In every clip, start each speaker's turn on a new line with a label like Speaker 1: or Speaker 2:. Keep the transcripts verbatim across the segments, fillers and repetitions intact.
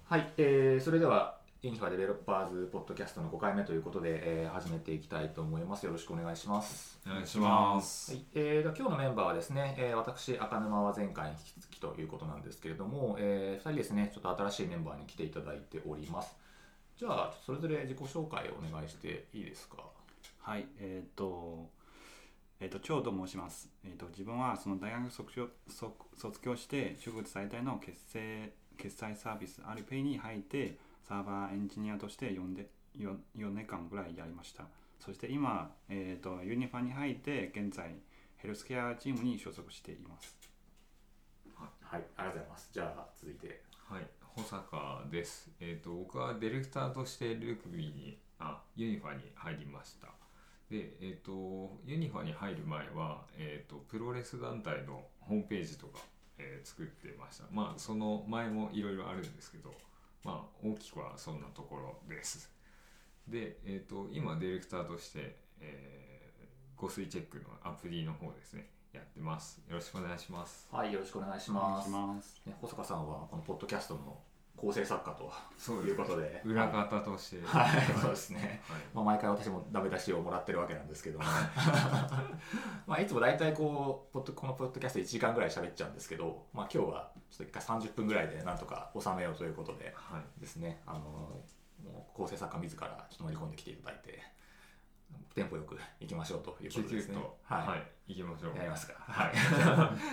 Speaker 1: はい、えー、それではユニファデベロッパーズポッドキャストのごかいめということで、えー、始めていきたいと思います。よろしくお願いします。
Speaker 2: お願いします。
Speaker 1: はい、えー、今日のメンバーはですね、えー、私赤沼は前回に引き続きということなんですけれども、えー、ふたりですね、ちょっと新しいメンバーに来ていただいております。じゃあそれぞれ自己紹介をお願いしていいですか。
Speaker 3: はい、えっ、ー、と、えっ、ー、と、張と申します。えっ、ー、と、自分はその大学卒業、卒業して、中国最大の決済、決済サービス、アリペイに入って、サーバーエンジニアとして 4, で 4, 4年間ぐらいやりました。そして今、えっ、ー、と、ユニファに入って、現在、ヘルスケアチームに所属しています。
Speaker 1: はい、ありがとうございます。じゃあ、続いて。
Speaker 2: はい、保坂です。えっ、ー、と、僕はディレクターとしてルークビーに、あ、ユニファに入りました。で、えっ、ー、と、ユニファに入る前は、えっ、ー、と、プロレス団体のホームページとか、えー、作ってました。まあ、その前もいろいろあるんですけど、まあ、大きくはそんなところです。で、えっ、ー、と、今、ディレクターとして、えー、誤水チェックのアプリの方ですね、やってます。よろしくお願いします。
Speaker 1: はい、よろしくお願いします。
Speaker 3: お願いします。
Speaker 1: ね、保坂さんはこのポッドキャストの構成作家と
Speaker 2: そう
Speaker 1: いうことで、
Speaker 2: 裏方として、
Speaker 1: はい、はい、そうですね、
Speaker 2: はい、
Speaker 1: まあ、毎回私もダメ出しをもらってるわけなんですけどもまあいつも大体こうポッドこのポッドキャストいちじかんぐらい喋っちゃうんですけど、まあ、今日はちょっといっかいさんじゅっぷんぐらいでなんとか収めようということでですね、はい、あのもう構成作家自らちょっと乗り込んできていただいてテンポよくいきましょうということですね。
Speaker 2: はい、はい、行きましょう。
Speaker 1: やりますか。はい。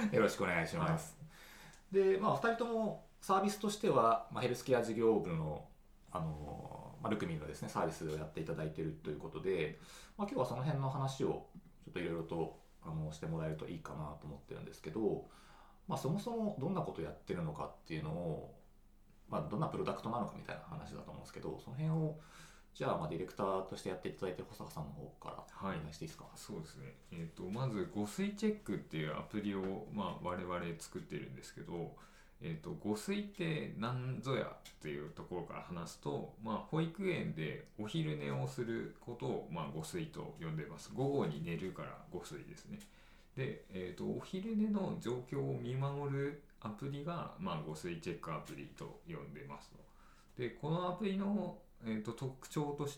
Speaker 1: よろしくお願いします。はい、で、まあふたりともサービスとしては、まあ、ヘルスケア事業部のあの、まあ、ルクミンのですねサービスをやっていただいているということで、まあ、今日はその辺の話をちょっといろいろとあのしてもらえるといいかなと思ってるんですけど、まあ、そもそもどんなことをやってるのかっていうのを、まあ、どんなプロダクトなのかみたいな話だと思うんですけど、その辺をじゃあ、まあディレクターとしてやっていただいている保坂さんの方からお願いしていいですか。はい、
Speaker 2: そうですね、えー、とまず誤水チェックっていうアプリを、まあ、我々作ってるんですけど、えー、と誤水って何ぞやっていうところから話すと、まあ、保育園でお昼寝をすることを、まあ、誤水と呼んでます。午後に寝るから誤水ですね。で、えー、とお昼寝の状況を見守るアプリが、まあ、誤水チェックアプリと呼んでますと。でこのアプリのえー、と特徴として、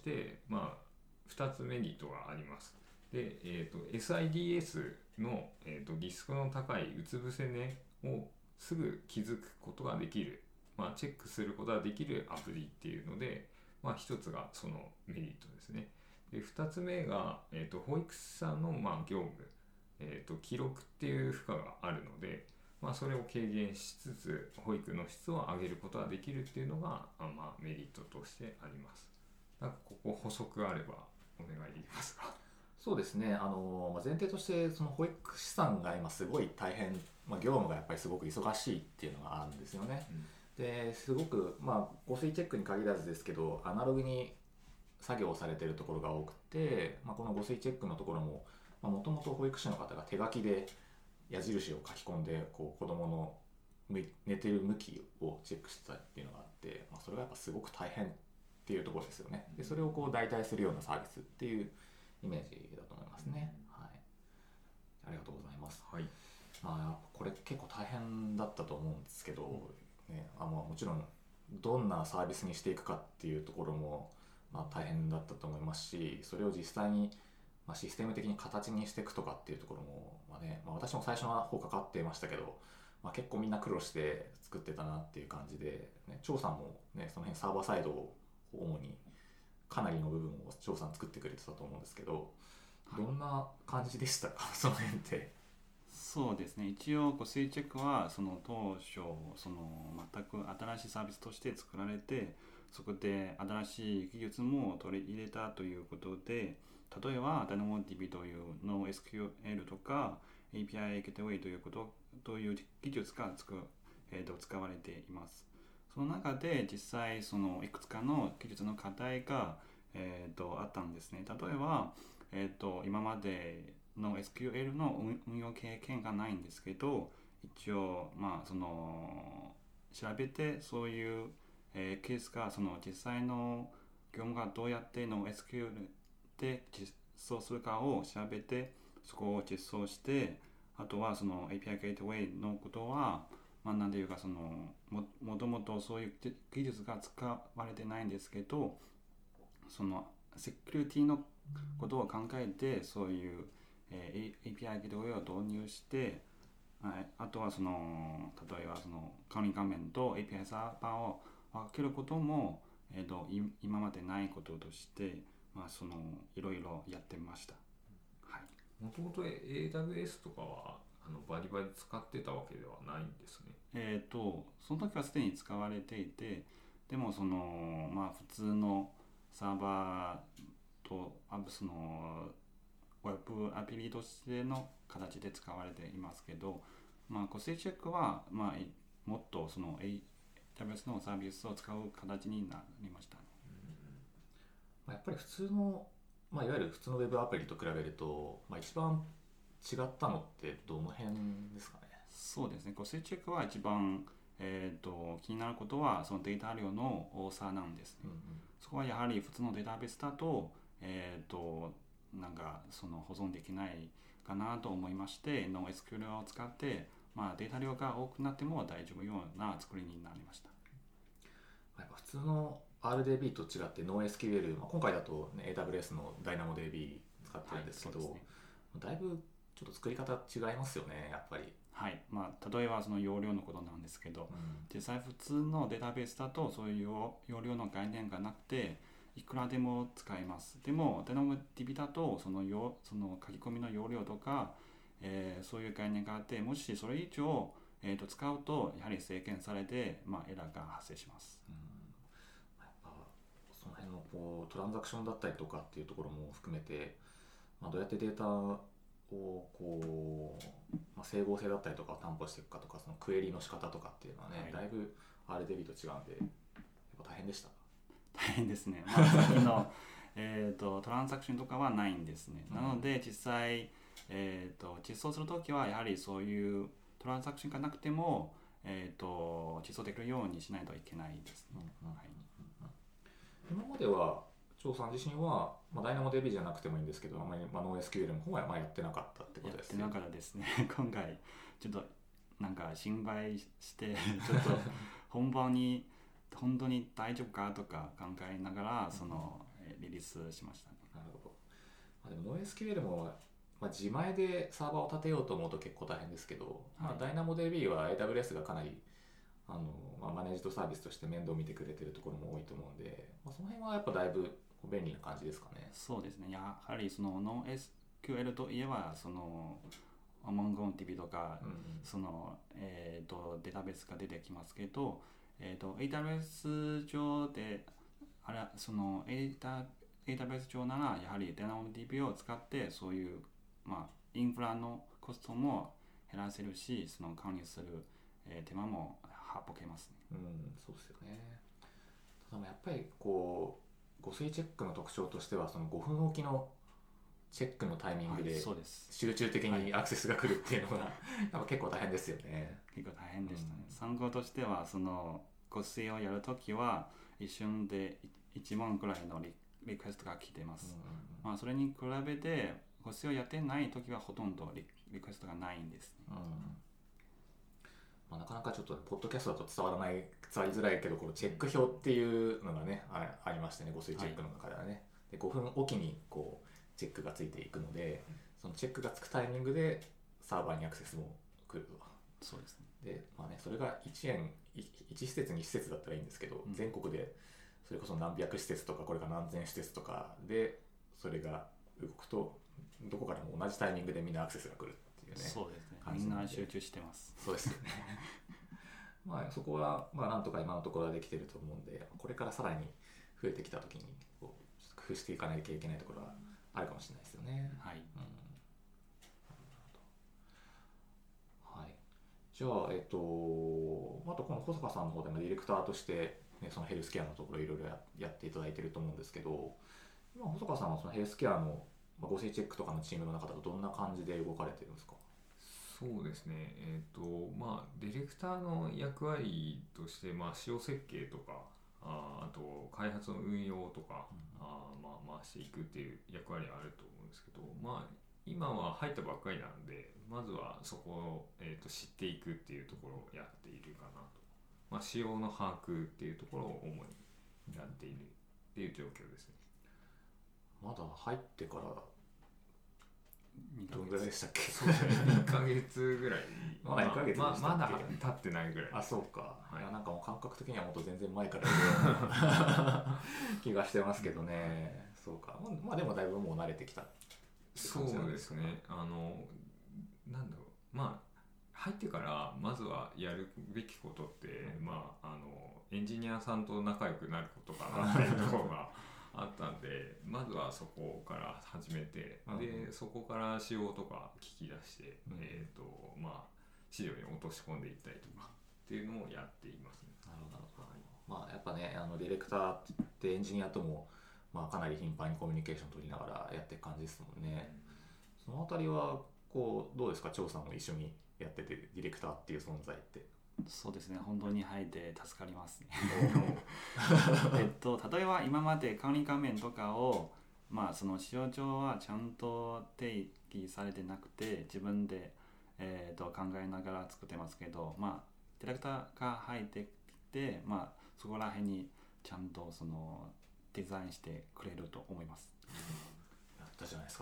Speaker 2: まあ、ふたつメリットがあります。で、えー、と エスアイディーエス の、えー、とリスクの高いうつ伏せ寝をすぐ気づくことができる、まあ、チェックすることができるアプリっていうので、まあ、ひとつがそのメリットですね。でふたつめが、えー、と保育士さんの、まあ、業務、えー、と記録っていう負荷があるので、まあ、それを軽減しつつ保育の質を上げることができるっていうのが、まあ、メリットとしてあります。なんかここ補足があればお願いできますか。
Speaker 1: そうですね、あの前提としてその保育士さんが今すごい大変、まあ、業務がやっぱりすごく忙しいっていうのがあるんですよね。うん、ですごく、まあ、誤水チェックに限らずですけどアナログに作業をされているところが多くて、まあ、この誤水チェックのところももともと保育士の方が手書きで矢印を書き込んでこう子どもの寝てる向きをチェックしてたっていうのがあって、まあ、それがやっぱすごく大変っていうところですよね。でそれをこう代替するようなサービスっていうイメージだと思いますね。はい、ありがとうございます。
Speaker 2: はい、
Speaker 1: まあ、これ結構大変だったと思うんですけど、ね、あのもちろんどんなサービスにしていくかっていうところも、まあ、大変だったと思いますし、それを実際にまあ、システム的に形にしていくとかっていうところも、まあねまあ、私も最初の方かかってましたけど、まあ、結構みんな苦労して作ってたなっていう感じで、ね、張さんも、ね、その辺サーバーサイドを主にかなりの部分を張さん作ってくれてたと思うんですけど、どんな感じでしたかその辺って。
Speaker 3: そうですね、一応誤水チェックはその当初その全く新しいサービスとして作られて、そこで新しい技術も取り入れたということで、例えば DynamoDB というの エスキューエル とか エーピーアイ ゲートウェイということという技術がつく、えー、と使われています。その中で実際そのいくつかの技術の課題が、えー、とあったんですね。例えば、えー、と今までの エスキューエル の運用経験がないんですけど、一応まあその調べてそういう、えー、ケースがその実際の業務がどうやっての エスキューエル で実装するかを調べて、そこを実装して、あとはその エーピーアイ ゲートウェイのことは、 まあ、なんていうかその も, もともとそういう技術が使われてないんですけど、そのセキュリティのことを考えてそういう、えー、エーピーアイ ゲートウェイを導入して、はい、あとはその例えばその管理画面と エーピーアイ サーバーを分けることも、えー、と今までないこととして、まあ、そのいろいろやってました。
Speaker 2: もともと エーダブリューエス とかはあのバリバリ使ってたわけではないんですね。
Speaker 3: えーと、その時はすでに使われていて、でもその、まあ、普通のサーバーとそのウェブアプリとしての形で使われていますけど、まあ、個性チェックは、まあ、もっとその エーダブリューエス のサービスを使う形になりましたね。
Speaker 1: うん、やっぱり普通のまあ、いわゆる普通のウェブアプリと比べると、まあ、一番違ったのってどの辺ですかね。
Speaker 3: そうですね、個性チェックは一番、えー、と気になることはそのデータ量の多さなんですね。うんうん、そこはやはり普通のデータベースだと、えー、となんかその保存できないかなと思いまして、ノーエスキューエル を使って、まあ、データ量が多くなっても大丈夫ような作りになりました。
Speaker 1: やっぱ普通のアールディービー と違って ノーエスキューエル、まあ、今回だと、ね、エーダブリューエス の DynamoDB 使ってるんですけど、はい、ね、だいぶちょっと作り方違いますよね、やっぱり。
Speaker 3: はい、まあ、例えばその容量のことなんですけど、うん、実際普通のデータベースだとそういう容量の概念がなくていくらでも使えます。でも DynamoDB だとそのよその書き込みの容量とか、えー、そういう概念があって、もしそれ以上、えー、と使うとやはり制限されて、まあ、エラーが発生します。うん、
Speaker 1: その辺のこうトランザクションだったりとかっていうところも含めて、まあ、どうやってデータをこう、まあ、整合性だったりとかを担保していくかとか、そのクエリの仕方とかっていうのはね、はい、だいぶ アールディービー と違うんでやっぱ大変でした。
Speaker 3: 大変ですね、まあ、さっきのえとトランザクションとかはないんですね。なので実際、えー、と実装するときはやはりそういうトランザクションがなくても、えー、と実装できるようにしないといけないですね。うんうん、はい、
Speaker 1: 今までは張さん自身は、まあ、DynamoDB じゃなくてもいいんですけど、あまり、まあ、ノーエスキューエル の方はまあやってなかったってことですね。
Speaker 3: やってなかったですね。今回ちょっとなんか心配してちょっと本番に本当に大丈夫かとか考えながらそのリリースしましたね。
Speaker 1: なるほど。まあ、でも ノーエスキューエル も、まあ、自前でサーバーを立てようと思うと結構大変ですけど、はい、まあ、DynamoDB は エーダブリューエス がかなりあの、まあ、マネージドサービスとして面倒を見てくれてるところも多いと思うんで、まあ、その辺はやっぱだいぶ便利な感じですかね。
Speaker 3: そうですね。やはりその ノーエスキューエル といえばその MongoDB とか、うんうん、その、えー、とデータベースが出てきますけど、えー、と エーダブリューエス 上であれその エーダブリューエス 上ならやはり DynamoDB を使ってそういう、まあ、インフラのコストも減らせるし、その管理する、えー、手間も省けますね。
Speaker 1: うん、そうですよね。ただやっぱりこう誤水チェックの特徴としてはそのごふんおきのチェックのタイミングで集中的にアクセスが来るっていうのが、はい、やっぱ結構大変ですよね。
Speaker 3: 結構大変でしたね。うん、参考としてはその誤水をやるときは一瞬でいちまんくらいの リ, リクエストが来てます。うんうんうん、まあ、それに比べて誤水をやってないときはほとんど リ, リクエストがないんですね。うん、
Speaker 1: まあ、なかなかちょっとポッドキャストだと伝わらない伝わりづらいけど、このチェック表っていうのがね あ, ありましてね、誤水チェックの中ではね、はい、でごふんおきにこうチェックがついていくので、そのチェックがつくタイミングでサーバーにアクセスも来ると。
Speaker 3: そうですね。
Speaker 1: で、まあね、それがいちえんいち施設に施設だったらいいんですけど、うん、全国でそれこそ何百施設とかこれが何千施設とかでそれが動くとどこからも同じタイミングでみんなアクセスが来るっていうね。
Speaker 3: そうですね。みんな集中してます。
Speaker 1: そうですよね。まあそこはまあなんとか今のところはできてると思うんで、これからさらに増えてきた時にこう工夫していかなきゃいけないところはあるかもしれないですよね。
Speaker 3: はい。うん、
Speaker 1: はい。じゃあえっとあとこの保坂さんの方でもディレクターとして、ね、そのヘルスケアのところいろいろ や, やっていただいてると思うんですけど、今保坂さんはそのヘルスケアの誤水チェックとかのチームの中だとどんな感じで動かれてるんですか？
Speaker 2: そうですね、えーとまあ、ディレクターの役割として、まあ、仕様設計とか あ, あと開発の運用とか、うん、あまあ、回していくっていう役割はあると思うんですけど、まあ、 今は入ったばっかりなんで、まずはそこを、えー、と知っていくっていうところをやっているかなと、まあ、仕様の把握っていうところを主にやっているっていう状況ですね。
Speaker 1: まだ入ってからどのぐらいでしたっけ？
Speaker 2: そうですね、にかげつぐらい
Speaker 1: まだいっかげつでしたっけ？
Speaker 2: まあ、まだ経ってないぐらい。
Speaker 1: あ、そうか、
Speaker 2: はい、
Speaker 1: いやなんかもう感覚的にはもっと全然前からいるような気がしてますけどね。そうか、まあでもだいぶもう慣れてきた。
Speaker 2: そうですね、あのなんだろう、まあ入ってからまずはやるべきことって、うん、まああのエンジニアさんと仲良くなることかなっていうところがあったんでまずはそこから始めて、うん、でそこから仕様とか聞き出して、うん、えーとまあ、資料に落とし込んでいったりとかっていうのをやっていますね。
Speaker 1: なるほど、はい、まあやっぱね、あのディレクターってエンジニアとも、まあ、かなり頻繁にコミュニケーション取りながらやっていく感じですもんね、うん、そのあたりはこうどうですか、張さんも一緒にやっててディレクターっていう存在って。
Speaker 3: そうですね、本当に入って助かりますねえっと例えば今まで管理画面とかをまあその使用上はちゃんと定義されてなくて自分で、えー、と考えながら作ってますけど、まあディレクターが入ってきて、まあそこら辺にちゃんとそのデザインしてくれると思います。
Speaker 1: やったじゃないですか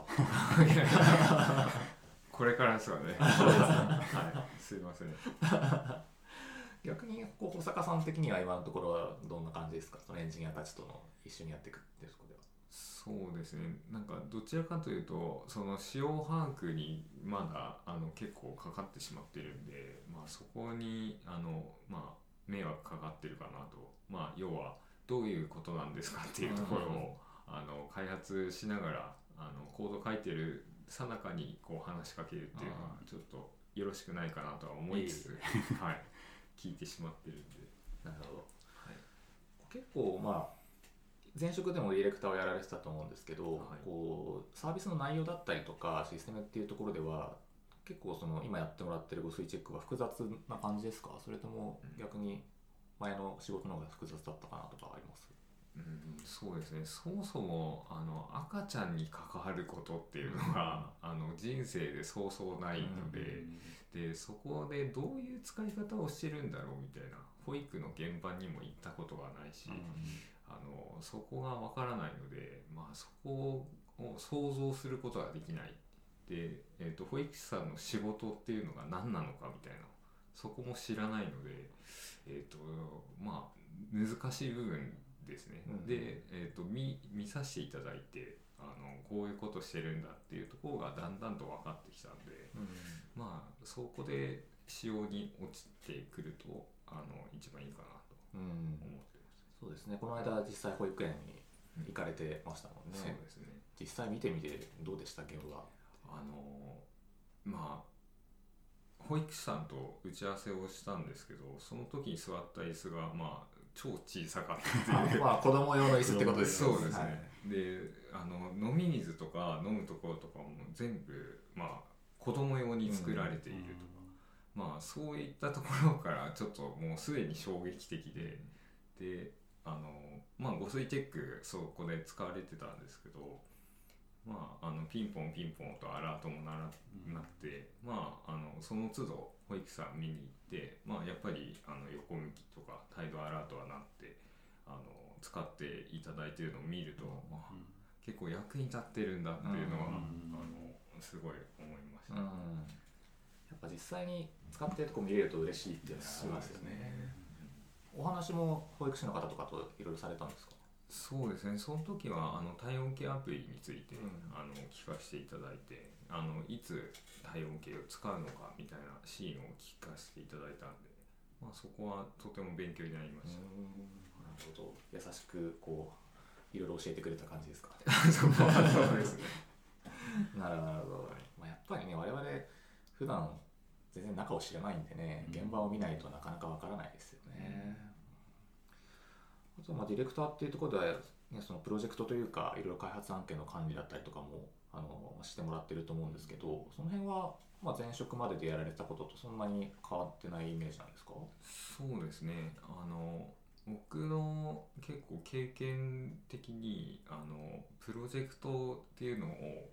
Speaker 2: これからですよねはい、すいません
Speaker 1: 逆にこう保坂さん的には今のところはどんな感じですか、そのエンジニアたちとの一緒にやっていくっていうところでは。
Speaker 2: そうですね、なんかどちらかというとその使用把握にまだあの結構かかってしまっているんで、まあ、そこにあの、まあ、迷惑かかってるかなと、まあ、要はどういうことなんですかっていうところをあの開発しながらあのコード書いてるさなかにこう話しかけるっていうのはちょっとよろしくないかなとは思いつつ、はい、聞いてしまってるんで。
Speaker 1: なるほど、はい、結構まあ前職でもディレクターをやられてたと思うんですけど、はい、こうサービスの内容だったりとかシステムっていうところでは結構その今やってもらってるご水チェックは複雑な感じですか、それとも逆に前の仕事の方が複雑だったかなとかあります？
Speaker 2: うん、そうですね、そもそもあの赤ちゃんに関わることっていうのが、うん、あの人生でそうそうないので、うん、でそこでどういう使い方をしてるんだろうみたいな、保育の現場にも行ったことがないし、うん、あのそこがわからないので、まあ、そこを想像することができないで、えーと、保育士さんの仕事っていうのが何なのかみたいな、そこも知らないので、えーとまあ、難しい部分ですね、うん、で、えーと、見, 見させていただいてあのこういうことしてるんだっていうところがだんだんと分かってきたんで、うん、まあそこで仕様に落ちてくるとあの一番いいかなと思ってます、
Speaker 1: うん、そうですね、この間実際保育園に行かれてましたもんね、
Speaker 2: うん、そうですね、
Speaker 1: 実際見てみてどうでした現場は。
Speaker 2: あのまあ保育士さんと打ち合わせをしたんですけど、その時に座った椅子がまあ超小さかったっていう
Speaker 1: まあ子供用の椅子ってことです
Speaker 2: ね。そうですね、はい、であの飲み水とか飲むところとかも全部まあ子供用に作られているとか、うん、まあそういったところからちょっともうすでに衝撃的で、であのまあ誤水チェックそこで使われてたんですけど、まあ、あのピンポンピンポンとアラートもならなって、うん、まあ、あのその都度保育士さん見に行って、まあ、やっぱりあの横向きとか態度アラートはなってあの使っていただいているのを見ると、うんまあ、結構役に立ってるんだっていうのは、うん、あのすごい思いました、うん、
Speaker 1: やっぱ実際に使ってるとこ見れると嬉しいっていうのはありますよね。お話も保育士の方とかといろいろされたんですか？
Speaker 2: そうですね、その時はあの体温計アプリについて、うん、あの聞かせていただいて、あのいつ体温計を使うのかみたいなシーンを聞かせていただいたんで、まあ、そこはとても勉強になりました。
Speaker 1: なるほど、優しくこういろいろ教えてくれた感じですか？
Speaker 2: そうですね
Speaker 1: なるほど、まあ、やっぱりね我々普段全然中を知らないんでね、現場を見ないとなかなかわからないですよね、うん、あとまあディレクターっていうところでは、ね、そのプロジェクトというかいろいろ開発案件の管理だったりとかもあのしてもらってると思うんですけど、その辺はまあ前職まででやられたこととそんなに変わってないイメージなんですか？
Speaker 2: そうですね、あの僕の結構経験的にあのプロジェクトっていうのを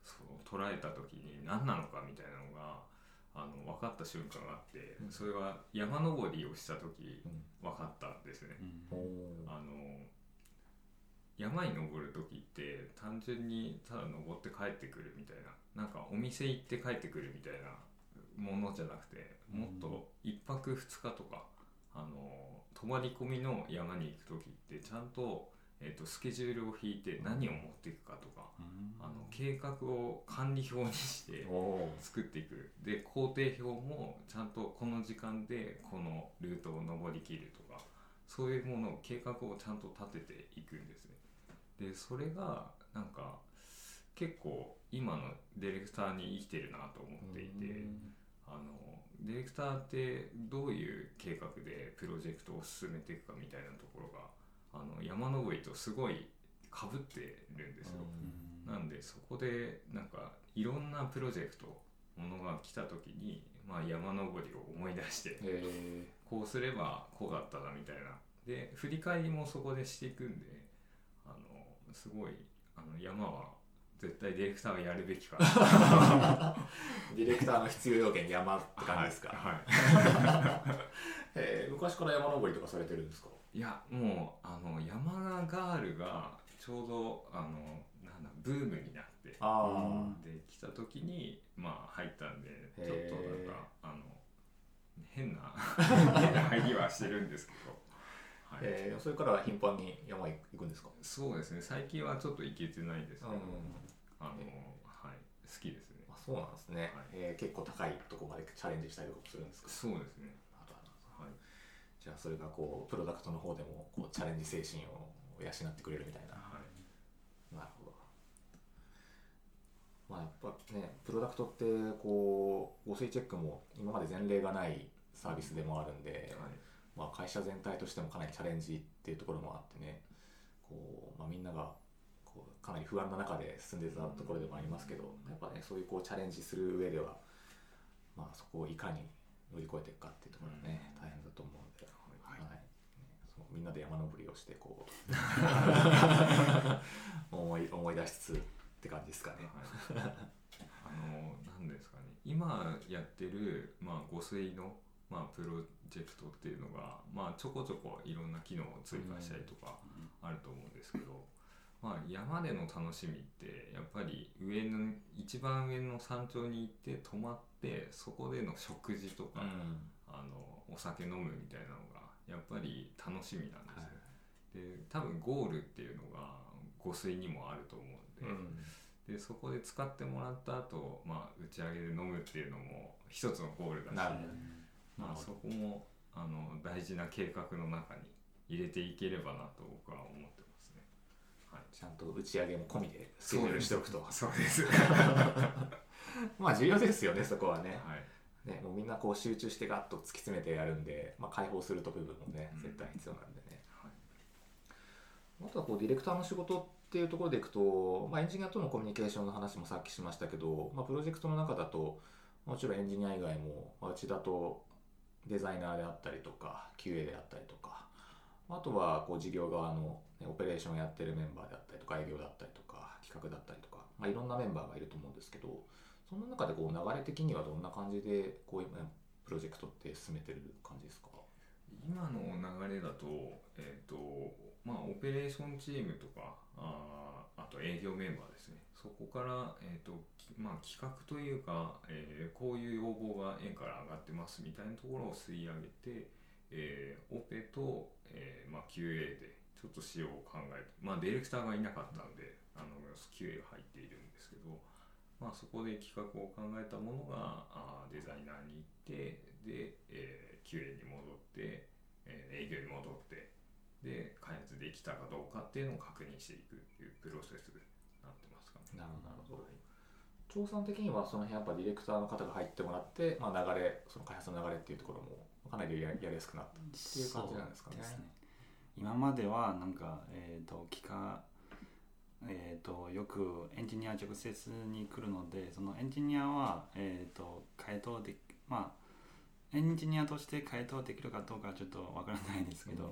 Speaker 2: そう捉えた時に何なのかみたいなのがあの分かった瞬間があって、うん、それは山登りをした時、うん、分かったんですね、うん、あの山に登る時って単純にただ登って帰ってくるみたいな、なんかお店行って帰ってくるみたいなものじゃなくて、もっといっぱくふつかとかあの泊まり込みの山に行く時ってちゃんと、えーと、スケジュールを引いて何を持っていくかとか、あの計画を管理表にして作っていく。で工程表もちゃんとこの時間でこのルートを登りきるとか、そういうものを計画をちゃんと立てていくんですね。でそれがなんか結構今のディレクターに生きてるなと思っていて、あのディレクターってどういう計画でプロジェクトを進めていくかみたいなところがあの山登りとすごい被ってるんですよ。なんでそこでなんかいろんなプロジェクトものが来た時に、まあ、山登りを思い出してこうすればこうだったなみたいなで振り返りもそこでしていくんで、あのすごいあの山は絶対ディレクターがやるべきかな
Speaker 1: ディレクターの必要要件山って感じですか？
Speaker 2: はい、はい
Speaker 1: えー、昔から山登りとかされてるんですか？
Speaker 2: いやもうあの山ガールがちょうどあのなんだブームになって
Speaker 1: あ
Speaker 2: で来た時にまあ入ったんでちょっとなんかあの変な変な入りはしてるんですけど、
Speaker 1: はい、えー、それから頻繁に山行くんですか？
Speaker 2: そうですね、最近はちょっと行けてないですけど、うん、あの、
Speaker 1: えー
Speaker 2: はい、好きですね。
Speaker 1: あ、そうなんですね、はい、えー、結構高いところまでチャレンジしたりとかするんですか？
Speaker 2: そうですね、
Speaker 1: はい、じゃあそれがこうプロダクトの方でもこうチャレンジ精神を養ってくれるみたいな、はい、なるほど。まあやっぱね、プロダクトってこう誤水チェックも今まで前例がないサービスでもあるんで、はい、まあ、会社全体としてもかなりチャレンジっていうところもあってね、こう、まあ、みんながこうかなり不安な中で進んでたところでもありますけど、やっぱねそういうこうチャレンジする上では、まあ、そこをいかに乗り越えていくかっていうところがね、大変だと思うので、はいはい、そうみんなで山登りをしてこう思い思い出しつつって感じですかね。
Speaker 2: はい、あの何ですかね、今やってる、まあ、誤水の、まあ、プロジェクトっていうのが、まあ、ちょこちょこいろんな機能を追加したりとかあると思うんですけど、まあ、山での楽しみってやっぱり上の一番上の山頂に行って泊まってそこでの食事とか、うん、あのお酒飲むみたいなのがやっぱり楽しみなんですよ、はい、で多分ゴールっていうのが誤水にもあると思うんで、うん、でそこで使ってもらった後、まあ打ち上げで飲むっていうのも一つのゴールだし、まあ、そこもあの大事な計画の中に入れていければなと僕は思ってますね。はい、
Speaker 1: ちゃんと打ち上げも込みでスケジュールしておくと。
Speaker 2: そうです
Speaker 1: まあ重要ですよね、そこはね。
Speaker 2: はい、
Speaker 1: ね、もうみんなこう集中してガッと突き詰めてやるんで、まあ、解放すると部分もね、うん、絶対必要なんでね。はい、あとはこうディレクターの仕事っていうところでいくと、まあ、エンジニアとのコミュニケーションの話もさっきしましたけど、まあ、プロジェクトの中だともちろんエンジニア以外も、まあ、うちだとデザイナーであったりとか キューエー であったりとか、あとはこう事業側の、ね、オペレーションをやってるメンバーであったりとか営業だったりとか企画だったりとか、まあ、いろんなメンバーがいると思うんですけど、その中でこう流れ的にはどんな感じでこう今プロジェクトって進めてる感じですか？
Speaker 2: 今の流れだと、えーとまあ、オペレーションチームとか あ, あと営業メンバーですね、そこから、えーとまあ、企画というか、えー、こういう要望が園から上がってますみたいなところを吸い上げて、えー、オペと、えーまあ、キューエー でちょっと仕様を考えて、まあ、ディレクターがいなかったんであの キューエー が入っているんですけど、まあ、そこで企画を考えたものがあデザイナーに行ってで、えー、キューエー に戻って、えー、営業に戻ってで開発できたかどうかっていうのを確認していくっていうプロセスになってますかね。
Speaker 1: なるほど。調査的にはその辺やっぱディレクターの方が入ってもらって、まあ、流れその開発の流れっていうところもかなりやりやすくなったっていう感じなんですかね。そうですね。
Speaker 3: 今まではなんか、えーと、機械えー、とよくエンジニア直接に来るので、そのエンジニアは、えー、と回答でまあエンジニアとして回答できるかどうかはちょっとわからないですけど、うん、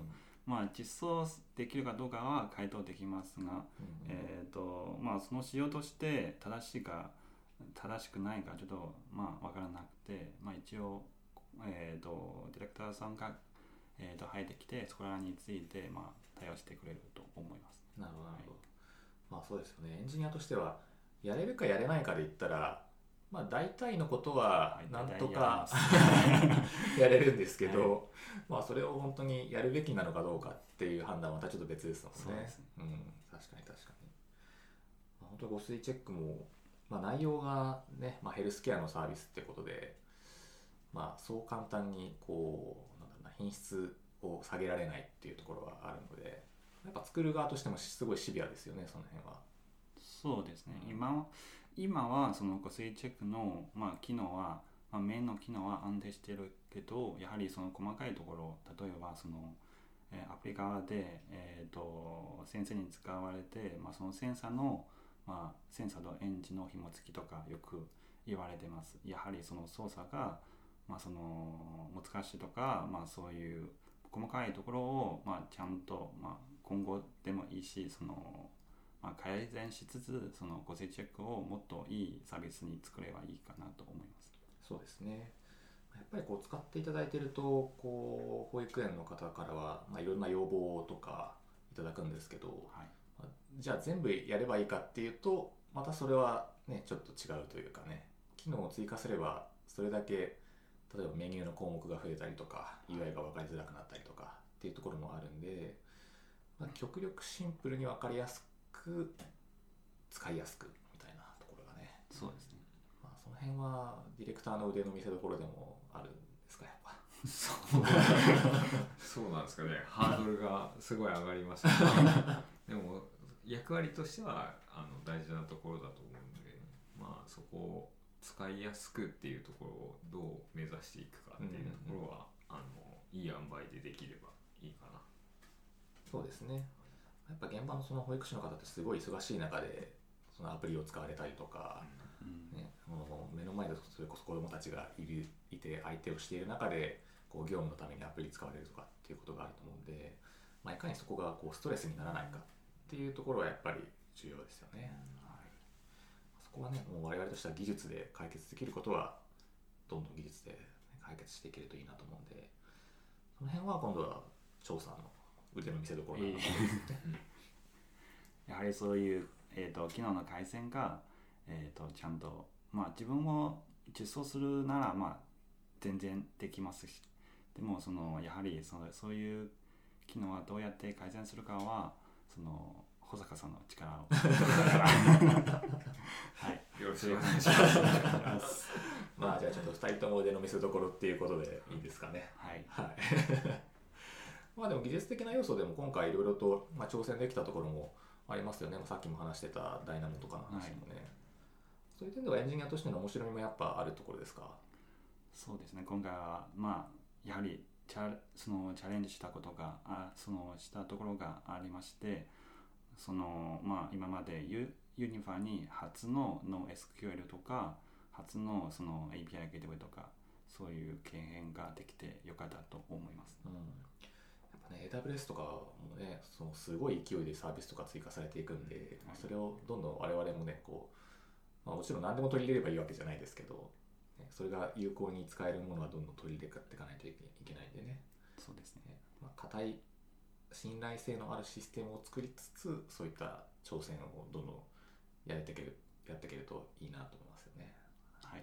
Speaker 3: まあ、実装できるかどうかは回答できますが、うん、えーとまあ、その仕様として正しいか正しくないかちょっとまあ分からなくて、まあ、一応、えーとディレクターさんが、えーと入ってきてそこらについてまあ対応してくれると思います。
Speaker 1: なるほどなるほど、はい、まあそうですよね。エンジニアとしてはやれるかやれないかで言ったらまあ大体のことはなんとかやれるんですけど、はい、まあそれを本当にやるべきなのかどうかっていう判断はまたちょっと別ですもんね。そうですね、うん、確かに確かに、まあ、本当に誤水チェックも、まあ、内容がね、まあ、ヘルスケアのサービスってことで、まあ、そう簡単にこうなんだろうな品質を下げられないっていうところはあるので、やっぱ作る側としてもすごいシビアですよね、その辺は。
Speaker 3: そうですね、うん、今今はその誤水チェックの、まあ、機能は、まあ、メインの機能は安定してるけど、やはりその細かいところ、例えばその、えー、アプリ側で、えー、とセンサーに使われて、まあ、そのセンサーの、まあ、センサーとエンジンの紐付きとかよく言われてます。やはりその操作が、まあ、その難しいとか、まあ、そういう細かいところを、まあ、ちゃんと、まあ、今後でもいいしそのまあ、改善しつつその誤水チェックをもっといいサービスに作ればいいかなと思います。
Speaker 1: そうですね。やっぱりこう使っていただいているとこう保育園の方からは、まあ、いろんな要望とかいただくんですけど、はいまあ、じゃあ全部やればいいかっていうとまたそれはねちょっと違うというかね、機能を追加すればそれだけ例えばメニューの項目が増えたりとか ユーアイ が分かりづらくなったりとかっていうところもあるんで、まあ、極力シンプルに分かりやすく使いやすくみたいなところがね。
Speaker 3: そうですね、
Speaker 1: まあ、その辺はディレクターの腕の見せ所でもあるんですかやっぱ。
Speaker 2: そうそうなんですかね。ハードルがすごい上がりますねでも役割としてはあの大事なところだと思うので、まあそこを使いやすくっていうところをどう目指していくかっていうところは、うんうん、あのいい塩梅でできればいいかな。
Speaker 1: そうですね。やっぱ現場のその保育士の方ってすごい忙しい中でそのアプリを使われたりとか、うんね、もう目の前でそれこそ子どもたちがいるいて相手をしている中でこう業務のためにアプリ使われるとかっていうことがあると思うんで、まあ、いかにそこがこうストレスにならないかっていうところはやっぱり重要ですよね、うんはい、そこはねもう我々としては技術で解決できることはどんどん技術で解決していけるといいなと思うんで、その辺は今度は張さんの腕の見せ所なのかな、
Speaker 3: えー、やはりそういう、えー、と機能の改善が、えー、とちゃんと、まあ、自分も実装するなら、まあ、全然できますし、でもそのやはりそのそういう機能はどうやって改善するかはその保坂さんの力をはい
Speaker 2: よろしくお願いします
Speaker 1: まあじゃあちょっとふたりとも腕の見せ所っていうことでいいですかね。
Speaker 3: はい、
Speaker 1: はいまあでも技術的な要素でも今回いろいろと、まあ、挑戦できたところもありますよね。さっきも話してたダイナモとかの話もね、はい、そういう点ではエンジニアとしての面白みもやっぱあるところですか。
Speaker 3: そうですね、今回はまあやはりチャそのチャレンジしたことがあそのしたところがありまして、そのまあ今までユユニファに初のの エスキューエル とか初のその エーピーアイ ゲートウェイとかそういう経験ができてよかったと思います、
Speaker 1: うんエーダブリューエス とかもね、そのすごい勢いでサービスとか追加されていくんで、はい、それをどんどん我々もねこう、まあ、もちろん何でも取り入れればいいわけじゃないですけど、ね、それが有効に使えるものはどんどん取り入れていかないといけないんでね。
Speaker 3: そうですね、
Speaker 1: まあ、固い信頼性のあるシステムを作りつつそういった挑戦をどんどんやれていけるやっていけるといいなと思いますよね。
Speaker 3: はい、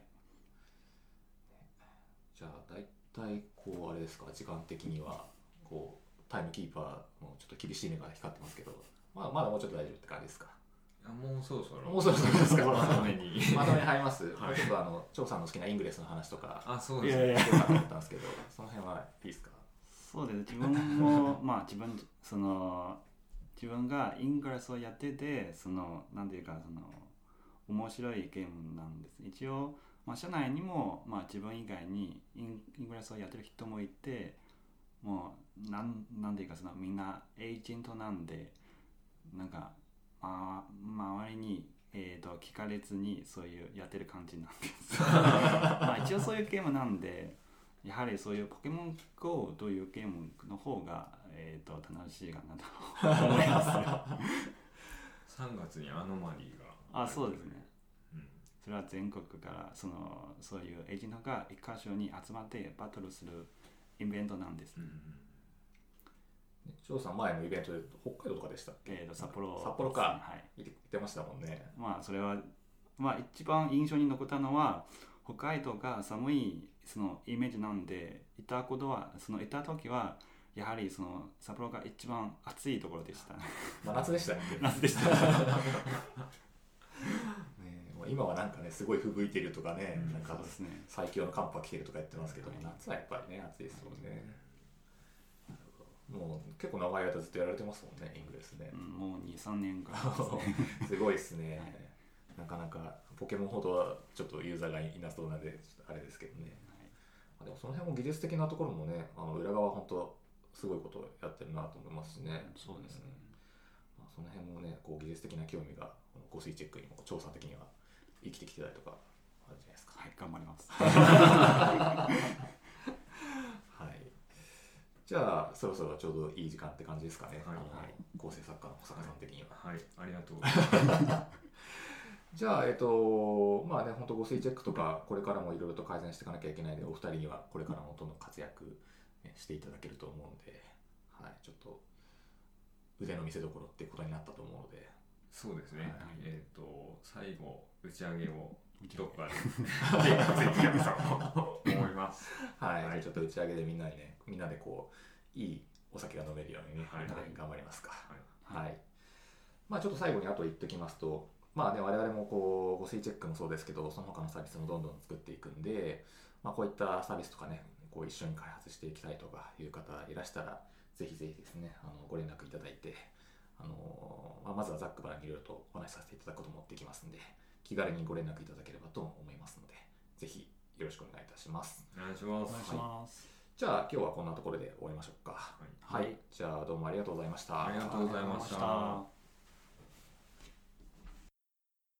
Speaker 1: じゃあ大体こうあれですか、時間的にはこうタイムキーパーもちょっと厳しい目が光ってますけど、まあ、まだもうちょっと大丈夫って感じですか。
Speaker 2: あもうそろそろ
Speaker 1: もうそろそろですか
Speaker 2: まとめに
Speaker 1: まとめに入ります、はい、ちょっとあの張さんの好きなイングレスの話とか
Speaker 2: あそうですね
Speaker 1: いやいや聞こうかと思ったんですけどその辺はいいですか。
Speaker 3: そうです、自分もまあ自分その自分がイングレスをやっててそのなんていうかその面白いゲームなんです。一応、まあ、社内にも、まあ、自分以外にイン、イングレスをやってる人もいて、もうなん、なんていうかそのみんなエージェントなんでなんか、まあ、周りに、えー、と聞かれずにそういうやってる感じなんですまあ一応そういうゲームなんで、 やはりそういうポケモン ゴー というゲームの方が、えー、と楽しいかなと思います
Speaker 2: さんがつにアノマリーが
Speaker 3: あそうですね、
Speaker 2: うん、
Speaker 3: それは全国からそのそういうエージェントが一箇所に集まってバトルするイベントなんです、うんうん、
Speaker 1: 翔さん前のイベントで北海道とかでしたっけ？
Speaker 3: えー、と札幌、
Speaker 1: 札幌か、
Speaker 3: はい、
Speaker 1: 行ってましたもんね。
Speaker 3: まあそれは、まあ、一番印象に残ったのは北海道が寒いそのイメージなんで、いたことはそのいた時はやはりその札幌が一番暑いところでした。
Speaker 1: 真夏でしたっけ？
Speaker 3: 夏でした。ね、
Speaker 1: もう今はなんかねすごい吹雪いてるとかね、
Speaker 3: うん、
Speaker 1: なんか最強の寒波来てるとか言ってますけど、はい、夏はやっぱりね暑いですもんね。もう結構長い間ずっとやられてますもんね、イングレスね。
Speaker 3: うん、もうにさんねんかんですね。
Speaker 1: すごいですね。はい、なかなかポケモンほどはちょっとユーザーがいなそうなんであれですけどね。はい、でもその辺も技術的なところもね、あの裏側本当すごいことをやってるなと思いますしね。
Speaker 3: そうですね。
Speaker 1: まあ、その辺もね、こう技術的な興味がゴスイチェックにも調査的には生きてきてたりとかあるじゃないですか。
Speaker 3: はい、頑張ります。
Speaker 1: はい。じゃあそろそろちょうどいい時間って感じですかね。
Speaker 2: はい、
Speaker 1: あの構成作家の保坂さん的には。
Speaker 2: はい、はい、ありがとうございます。
Speaker 1: じゃあ、えっと、まあね、本当、ゴスイチェックとか、これからもいろいろと改善していかなきゃいけないので、お二人にはこれからもどんどん活躍、ね、していただけると思うんで、はい、ちょっと腕の見せ所っていうことになったと思うので。
Speaker 2: そうですね。はい、えっと、最後、打ち上げをどっかで、ぜひやると思います。
Speaker 1: はい、はい、じゃあちょっと打ち上げでみんなにね、みんなでこう、いいお酒が飲めるようにね、はい、頑張りますか。はい。はい、まあ、ちょっと最後にあと言っておきますと、まあね、我々もこうゴスイチェックもそうですけど、その他のサービスもどんどん作っていくんで、まあ、こういったサービスとかね、こう一緒に開発していきたいとかいう方いらしたら、ぜひぜひですね、あのご連絡いただいて、あのまあ、まずはざっくばらんにいろいろとお話しさせていただくこともできますので、気軽にご連絡いただければと思いますので、ぜひよろしくお願いいたします。
Speaker 2: お願いします。
Speaker 3: お願いします。
Speaker 1: はい、じゃあ今日はこんなところで終わりましょうか。はい、はい、じゃあどうもありがとうございました。
Speaker 2: ありがとうございました。